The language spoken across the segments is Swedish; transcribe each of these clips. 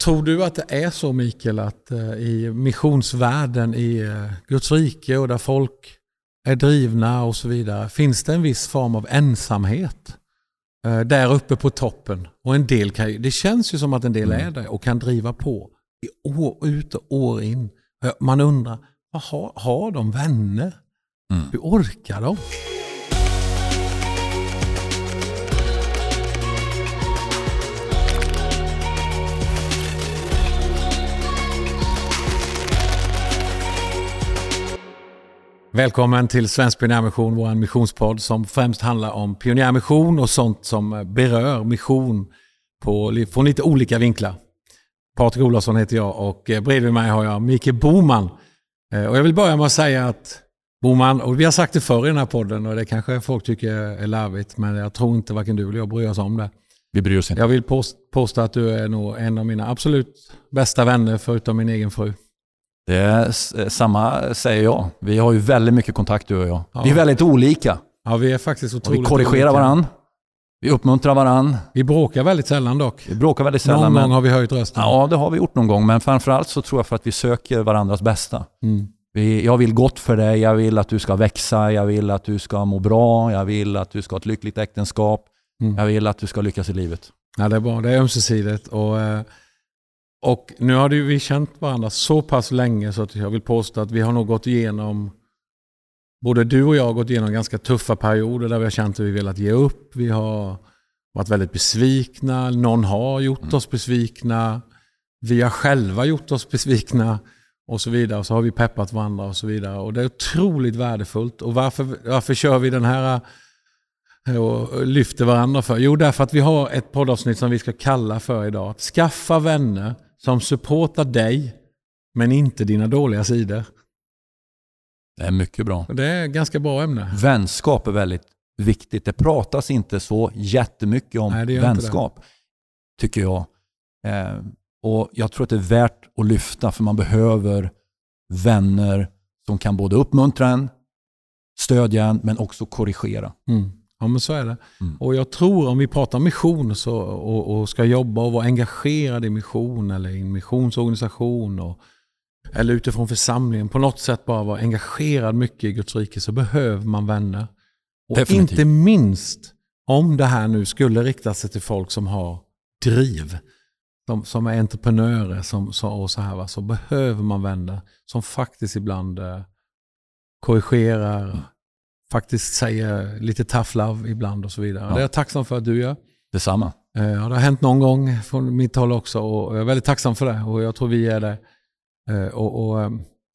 Tror du att det är så, Mikael, att i missionsvärlden, i Guds rike och där folk är drivna och så vidare, finns det en viss form av ensamhet där uppe på toppen? Och en del det känns ju som att en del är där och kan driva på i år ut och år in. Man undrar, har de vänner? Hur orkar de? Välkommen till Svensk Pionjärmission, vår missionspodd som främst handlar om pionjärmission och sånt som berör mission från lite olika vinklar. Patrik Olofsson heter jag och bredvid mig har jag Mikael Boman. Och jag vill börja med att säga att Boman, och vi har sagt det förr i den här podden och det kanske folk tycker är larvigt, men jag tror inte varken du eller jag bryr oss om det. Vi bryr oss inte. Jag vill påstå att du är nog en av mina absolut bästa vänner förutom min egen fru. Det är samma säger jag. Vi har ju väldigt mycket kontakt du och jag. Ja. Vi är väldigt olika. Ja, vi är faktiskt otroligt och vi korrigerar varann. Vi uppmuntrar varann. Vi bråkar väldigt sällan dock. Vi bråkar väldigt sällan. Någon gång har vi höjt rösten. Ja, det har vi gjort någon gång. Men framförallt så tror jag för att vi söker varandras bästa. Jag vill gott för dig. Jag vill att du ska växa. Jag vill att du ska må bra. Jag vill att du ska ha ett lyckligt äktenskap. Jag vill att du ska lyckas i livet. Ja, det är bra. Det är ömsesidigt. Och nu har vi känt varandra så pass länge så att jag vill påstå att vi har nog gått igenom, både du och jag har gått igenom ganska tuffa perioder där vi har känt att vi velat ge upp. Vi har varit väldigt besvikna. Någon har gjort oss besvikna. Vi har själva gjort oss besvikna och så vidare. Och så har vi peppat varandra och så vidare. Och det är otroligt värdefullt. Och varför kör vi den här och lyfter varandra för? Jo, därför att vi har ett poddavsnitt som vi ska kalla för idag. Att skaffa vänner som supportar dig men inte dina dåliga sidor. Det är mycket bra. Det är ett ganska bra ämne. Vänskap är väldigt viktigt. Det pratas inte så jättemycket om vänskap, tycker jag. Och jag tror att det är värt att lyfta, för man behöver vänner som kan både uppmuntra en, stödja en, men också korrigera. Ja, men så är det. Och jag tror om vi pratar mission och ska jobba och vara engagerad i mission eller i en missionsorganisation eller utifrån församlingen, på något sätt bara vara engagerad mycket i Guds rike, så behöver man vänner. Och definitivt. Inte minst om det här nu skulle rikta sig till folk som har driv, som är entreprenörer och så här, så behöver man vänner som faktiskt ibland korrigerar, faktiskt säger lite tough love ibland och så vidare. Ja. Det är jag tacksam för att du gör. Detsamma. Ja, det har hänt någon gång från mitt håll också och jag är väldigt tacksam för det och jag tror vi är det. Och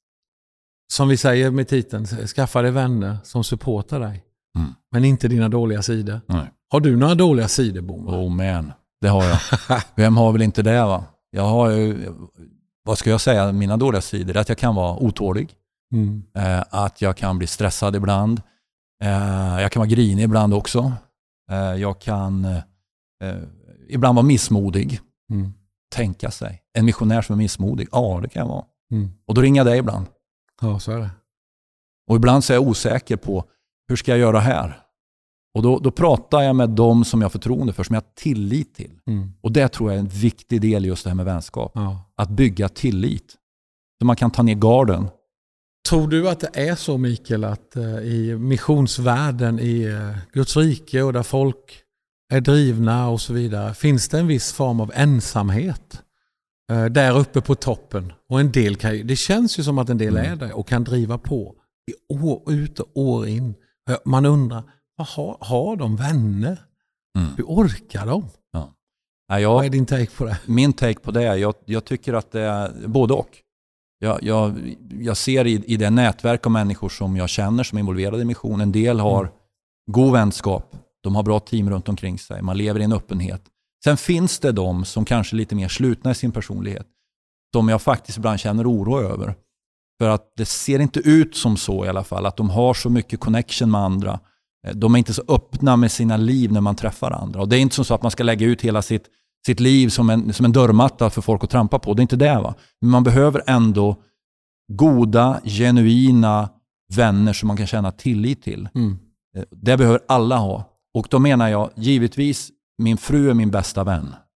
som vi säger med titeln, skaffa dig vänner som supportar dig. Men inte dina dåliga sidor. Nej. Har du några dåliga sidor, Boman? Oh man, det har jag. Vem har väl inte det, va? Jag har ju, vad ska jag säga, mina dåliga sidor är att jag kan vara otålig. Att jag kan bli stressad ibland. Jag kan vara grinig ibland också. Jag kan ibland vara missmodig. Tänka sig. En missionär som är missmodig. Ja, det kan jag vara. Och då ringer jag dig ibland. Ja, så är det. Och ibland så är jag osäker på hur ska jag göra här? Och då pratar jag med dem som jag har förtroende för, som jag har tillit till. Och det tror jag är en viktig del just det här med vänskap. Ja. Att bygga tillit. Så man kan ta ner garden. Tror du att det är så, Mikael, att i missionsvärlden, i Guds rike och där folk är drivna och så vidare, finns det en viss form av ensamhet där uppe på toppen? Och en del det känns ju som att en del är där och kan driva på i år ut och år in. Man undrar, har de vänner? Hur orkar de? Ja. Vad är din take på det? Min take på det, jag tycker att det är både och. Jag ser i det nätverk av människor som jag känner som är involverade i mission. En del har god vänskap. De har bra team runt omkring sig. Man lever i en öppenhet. Sen finns det de som kanske är lite mer slutna i sin personlighet. De jag faktiskt ibland känner oro över. För att det ser inte ut som så i alla fall. Att de har så mycket connection med andra. De är inte så öppna med sina liv när man träffar andra. Och det är inte så att man ska lägga ut hela sitt liv som en dörrmatta för folk att trampa på. Det är inte det, va? Men man behöver ändå goda, genuina vänner som man kan känna tillit till. Det behöver alla ha. Och då menar jag, givetvis, min fru är min bästa vän.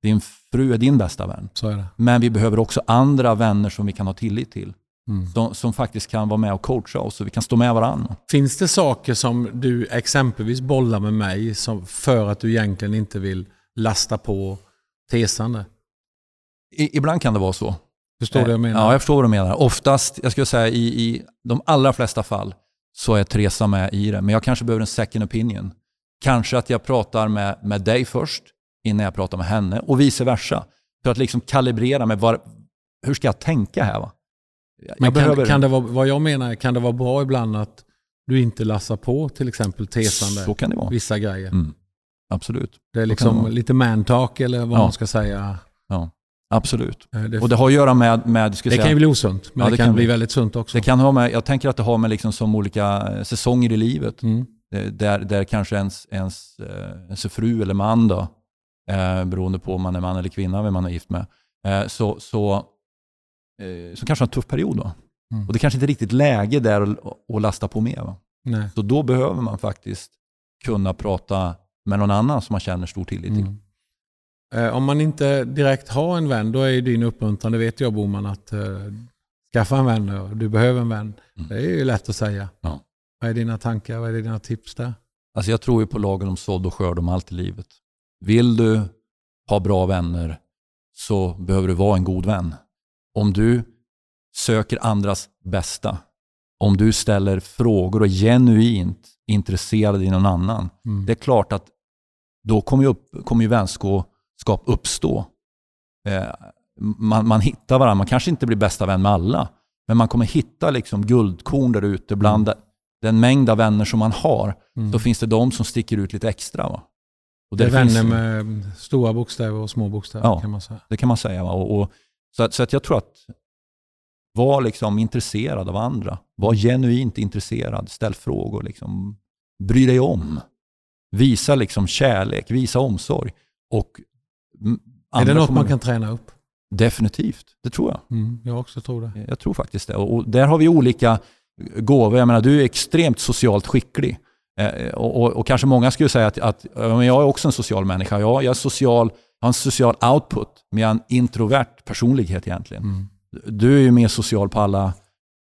Din fru är din bästa vän. Så är det. Men vi behöver också andra vänner som vi kan ha tillit till. Som faktiskt kan vara med och coacha oss så vi kan stå med varandra. Finns det saker som du exempelvis bollar med mig för att du egentligen inte vill lasta på tesande? Ibland kan det vara så. Förstår du vad jag menar? Ja, jag förstår vad du menar. Oftast, jag skulle säga i de allra flesta fall så är Teresa med i det. Men jag kanske behöver en second opinion. Kanske att jag pratar med dig först innan jag pratar med henne och vice versa. För att liksom kalibrera med hur ska jag tänka här, va? Men kan det vara, vad jag menar, kan det vara bra ibland att du inte lassar på till exempel tesande? Så kan det vara. Vissa grejer. Absolut. Det är liksom lite man-talk eller vad man ska säga. Ja, absolut. Och det har att göra med det kan ju bli osunt, men det kan bli väldigt sunt också. Det kan ha med, jag tänker att det har med liksom som olika säsonger i livet. Där kanske ens fru eller man då, beroende på om man är man eller kvinna, vem man är gift med, så kanske en tuff period då. Och det kanske inte är riktigt läge där att lasta på med. Va? Nej. Så då behöver man faktiskt kunna prata med någon annan som man känner stor tillit till. Om man inte direkt har en vän, då är ju din uppmuntran, det vet jag Boman, att skaffa en vän och du behöver en vän. Det är ju lätt att säga. Ja. Vad är dina tankar, vad är dina tips där? Alltså jag tror ju på lagen om sådd och skörd om allt i livet. Vill du ha bra vänner så behöver du vara en god vän. Om du söker andras bästa, om du ställer frågor och genuint intresserad i någon annan, det är klart att då kommer ju vänskap uppstå. Man hittar varandra, man kanske inte blir bästa vän med alla, men man kommer hitta liksom guldkorn där ute bland den mängd av vänner som man har. Då finns det de som sticker ut lite extra. Va? Och det är vänner med stora bokstäver och små bokstäver, kan man säga. Det kan man säga. Va? Så att jag tror att var liksom intresserad av andra. Var genuint intresserad. Ställ frågor. Liksom. Bry dig om. Visa liksom kärlek. Visa omsorg. Och är det något man kan träna upp? Definitivt. Det tror jag. Jag också tror det. Jag tror faktiskt det. Och där har vi olika gåvor. Jag menar, du är extremt socialt skicklig. Och kanske många skulle säga att jag är också en social människa. Jag är social, har en social output, men jag är en introvert personlighet egentligen. Du är ju mer social på alla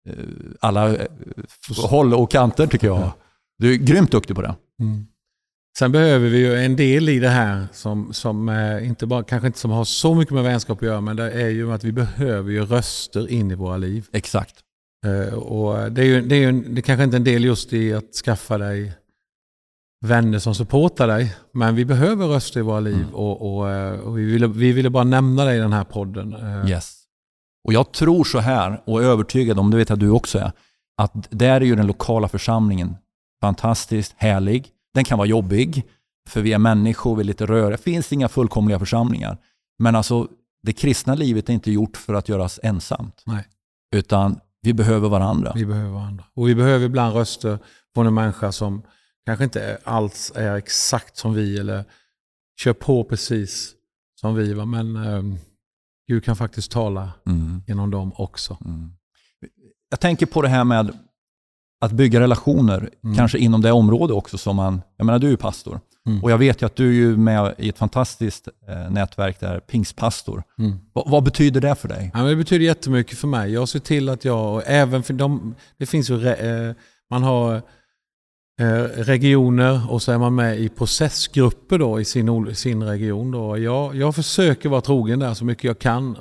håll och kanter tycker jag. Du är grymt duktig på det. Sen behöver vi ju en del i det här som inte bara, kanske inte som har så mycket med vänskap att göra, men det är ju att vi behöver ju röster in i våra liv. Exakt. Och det är kanske inte en del just i att skaffa dig vänner som supportar dig, men vi behöver röster i våra liv och vi ville bara nämna det i den här podden. Yes. Och jag tror så här och är övertygad om, det vet jag du också är, att där är ju den lokala församlingen fantastiskt härlig. Den kan vara jobbig, för vi är människor, vi är lite röriga. Det finns inga fullkomliga församlingar. Men alltså, det kristna livet är inte gjort för att göras ensamt. Nej. Utan vi behöver varandra. Vi behöver varandra. Och vi behöver ibland röster från en människa som kanske inte alls är exakt som vi eller kör på precis som vi var. Men Gud kan faktiskt tala genom dem också. Jag tänker på det här med att bygga relationer, kanske inom det område också som jag menar, du är ju pastor. Och jag vet ju att du är ju med i ett fantastiskt nätverk där, pingstpastor. Vad betyder det för dig? Ja, men det betyder jättemycket för mig. Jag ser till att och även för det finns ju, man har regioner och så är man med i processgrupper då i sin region. Då. Jag försöker vara trogen där så mycket jag kan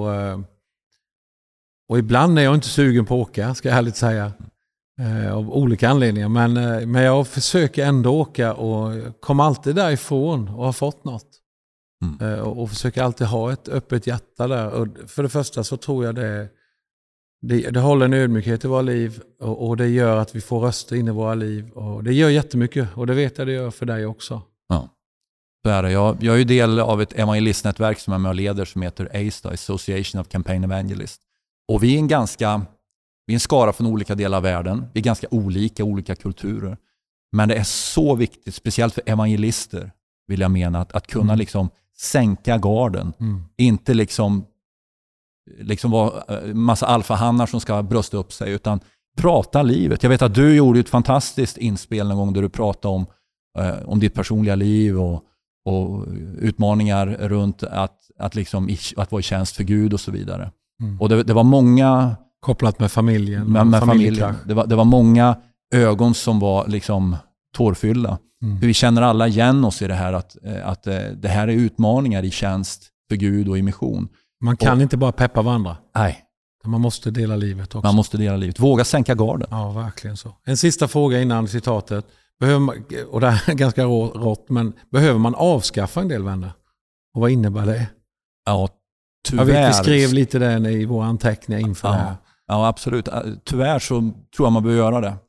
och ibland är jag inte sugen på att åka, ska jag ärligt säga. Av olika anledningar, men jag försöker ändå åka och kommer alltid därifrån och har fått något. Och försöker alltid ha ett öppet hjärta där. Och för det första så tror jag det håller en ödmjukhet i våra liv och det gör att vi får röster in i våra liv. Och det gör jättemycket och det vet jag det gör för dig också. Ja. Så är det. Jag är ju del av ett evangelistnätverk som jag är med och leder som heter ACE, Association of Campaign Evangelists. Och vi är en skara från olika delar av världen. Vi är ganska olika kulturer. Men det är så viktigt, speciellt för evangelister, vill jag mena, att kunna liksom sänka garden. Inte liksom vara massa alfahannar som ska brösta upp sig, utan prata livet. Jag vet att du gjorde ett fantastiskt inspel någon gång där du pratade om ditt personliga liv och utmaningar runt att vara i tjänst för Gud och så vidare. Och det var många... Kopplat med familjen. Med familjen. Det var många ögon som var liksom tårfyllda. För vi känner alla igen oss i det här att det här är utmaningar i tjänst för Gud och i mission. Man kan inte bara peppa varandra. Nej. Man måste dela livet också. Man måste dela livet. Våga sänka garden. Ja, verkligen så. En sista fråga innan citatet. Behöver man, och det här är ganska rått, men behöver man avskaffa en del vänner? Och vad innebär det? Ja, tyvärr. Jag vet, vi skrev lite där i våra anteckningar inför det här. Ja, absolut. Tyvärr så tror jag man behöver göra det.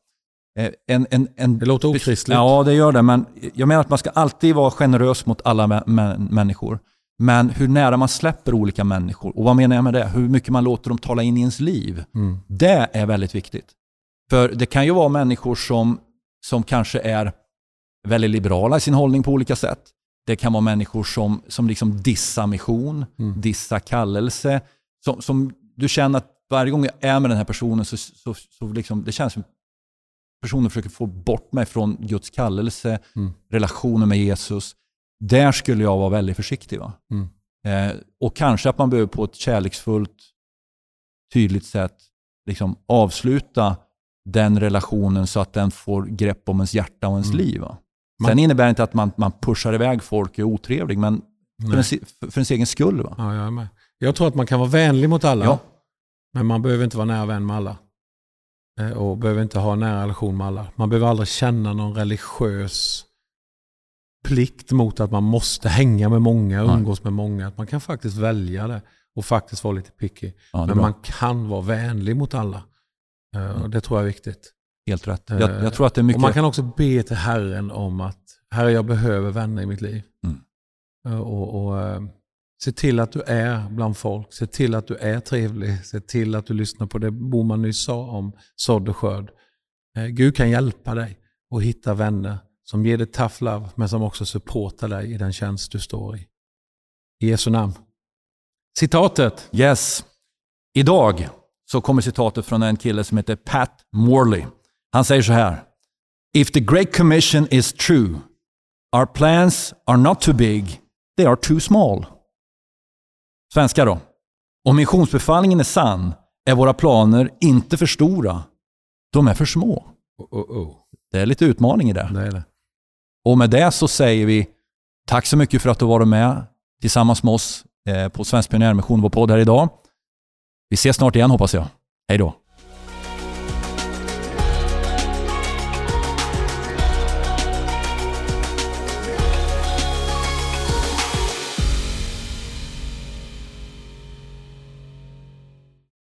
Det låter okristligt. Ja, det gör det. Men jag menar att man ska alltid vara generös mot alla människor. Men hur nära man släpper olika människor. Och vad menar jag med det? Hur mycket man låter dem tala in i ens liv. Det är väldigt viktigt. För det kan ju vara människor som kanske är väldigt liberala i sin hållning på olika sätt. Det kan vara människor som liksom dissar mission, dissar kallelse. Som du känner att varje gång jag är med den här personen så liksom, det känns som personen försöker få bort mig från Guds kallelse, relationen med Jesus. Där skulle jag vara väldigt försiktig. Va? Och kanske att man behöver på ett kärleksfullt, tydligt sätt liksom avsluta den relationen så att den får grepp om ens hjärta och ens liv. Va? Sen innebär det inte att man pushar iväg folk och är otrevlig, men för ens egen skull. Va? Ja, jag är med. Jag tror att man kan vara vänlig mot alla, ja. Men man behöver inte vara nära vän med alla. Och behöver inte ha en nära relation med alla. Man behöver aldrig känna någon religiös plikt mot att man måste hänga med många, umgås med många. Att man kan faktiskt välja det och faktiskt vara lite picky. Ja, men man kan vara vänlig mot alla. Det tror jag är viktigt. Helt rätt. Jag tror att det är mycket... Och man kan också be till Herren om att Herre, jag behöver vänner i mitt liv. Och se till att du är bland folk. Se till att du är trevlig. Se till att du lyssnar på det Boman nyss sa om sådd och skörd. Gud kan hjälpa dig att hitta vänner som ger dig tough love, men som också supportar dig i den tjänst du står i. I Jesu namn. Citatet. Yes. Idag så kommer citatet från en kille som heter Pat Morley. Han säger så här: If the Great Commission is true, our plans are not too big, they are too small. Svenska då. Om missionsbefallningen är sann är våra planer inte för stora, de är för små. Det är lite utmaning i det. Det är det. Och med det så säger vi tack så mycket för att du var med tillsammans med oss på Svensk Pionjärmission, vår podd här idag. Vi ses snart igen, hoppas jag. Hej då.